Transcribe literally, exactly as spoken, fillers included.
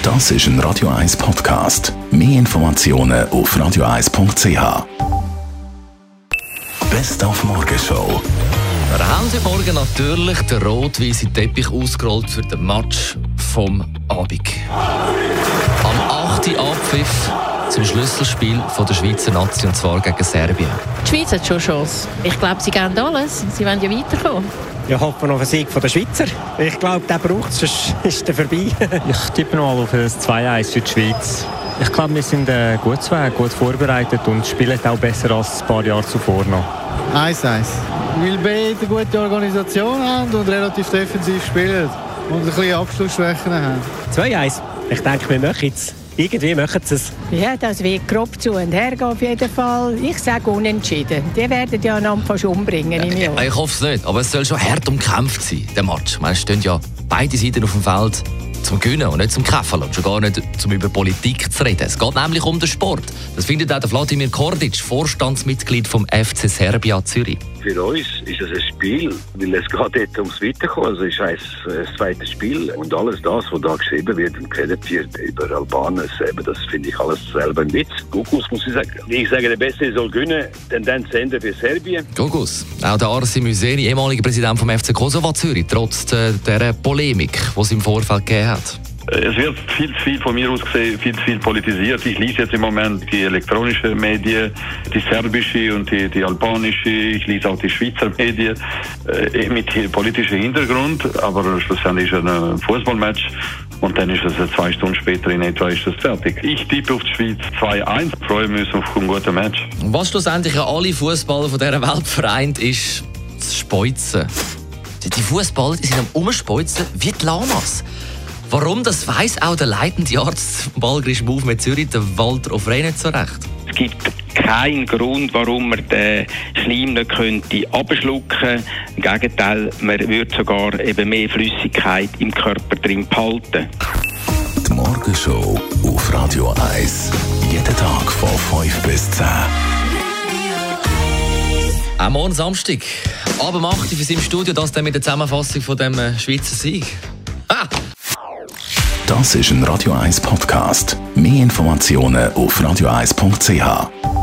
Das ist ein Radio eins Podcast. Mehr Informationen auf radio eins punkt c h. Best auf Morgenshow. Wir haben heute Morgen natürlich den rot-weißen Teppich ausgerollt für den Match vom Abend. Am achten Abpfiff zum Schlüsselspiel von der Schweizer Nazi, und zwar gegen Serbien. Die Schweiz hat schon Chance. Ich glaube, sie geben alles. Sie wollen ja weiterkommen. Ich hoffe noch auf einen Sieg der Schweizer. Ich glaube, der braucht es, sonst ist er vorbei. Ich tippe mal auf ein zwei eins für die Schweiz. Ich glaube, wir sind äh, gut zwei, gut vorbereitet und spielen auch besser als ein paar Jahre zuvor noch. eins eins. Weil beide eine gute Organisation haben und relativ defensiv spielen und ein bisschen Abschlussschwächen haben. zwei eins. Ich denke, wir machen es. Irgendwie machen sie es. Ja, das wird grob zu und her auf jeden Fall. Ich sage unentschieden. Die werden ja einander fast umbringen im Jahr. Ich, ich hoffe es nicht, aber es soll schon hart umkämpft sein, der Match. Ich meine, es stehen ja beide Seiten auf dem Feld zum Gewinnen und nicht zum Kämpfen und schon gar nicht zum über Politik zu reden. Es geht nämlich um den Sport. Das findet auch der Wladimir Kordic, Vorstandsmitglied vom F C Serbia Zürich. Für uns ist es ein Spiel, weil es geht dort ums Weiterkommen. Also es ist ein, ein zweites Spiel. Und alles das, was da geschrieben wird und geredet wird über Albanien, das finde ich alles selber ein Witz. Gugus, muss ich sagen. Ich sage, der Beste soll gewinnen, Tendenz Ende für Serbien. Gugus. Auch der Arsi Müseni, ehemaliger Präsident vom F C Kosovo Zürich, trotz der, der Polemik, die es im Vorfeld gegeben hat. Es wird viel zu viel von mir aus gesehen, viel zu viel politisiert. Ich lese jetzt im Moment die elektronischen Medien, die serbische und die, die albanische. Ich lese auch die Schweizer Medien äh, mit politischem Hintergrund. Aber schlussendlich ist es ein Fußballmatch und dann ist es zwei Stunden später in etwa ist es fertig. Ich tippe auf die Schweiz zwei eins, freue mich auf ein gutes Match. Was schlussendlich an alle Fußballer von dieser Welt vereint, ist das Speuzen. Die Fußballer sind am Umspeuzen wie die Lamas. Warum, das weiss auch der leitende Arzt vom Balgrischen Move mit Zürich, der Walter Ofrey, nicht so recht. Es gibt keinen Grund, warum man den Schleim nicht könnte abschlucken. Im Gegenteil, man würde sogar eben mehr Flüssigkeit im Körper drin behalten. Die Morgenshow auf Radio eins. Jeden Tag von fünf bis zehn. Auch morgen Samstag. Aber macht für Sie im Studio das dann mit der Zusammenfassung von dem Schweizer Sieg. Ah! Das ist ein Radio eins Podcast. Mehr Informationen auf radio eins punkt c h.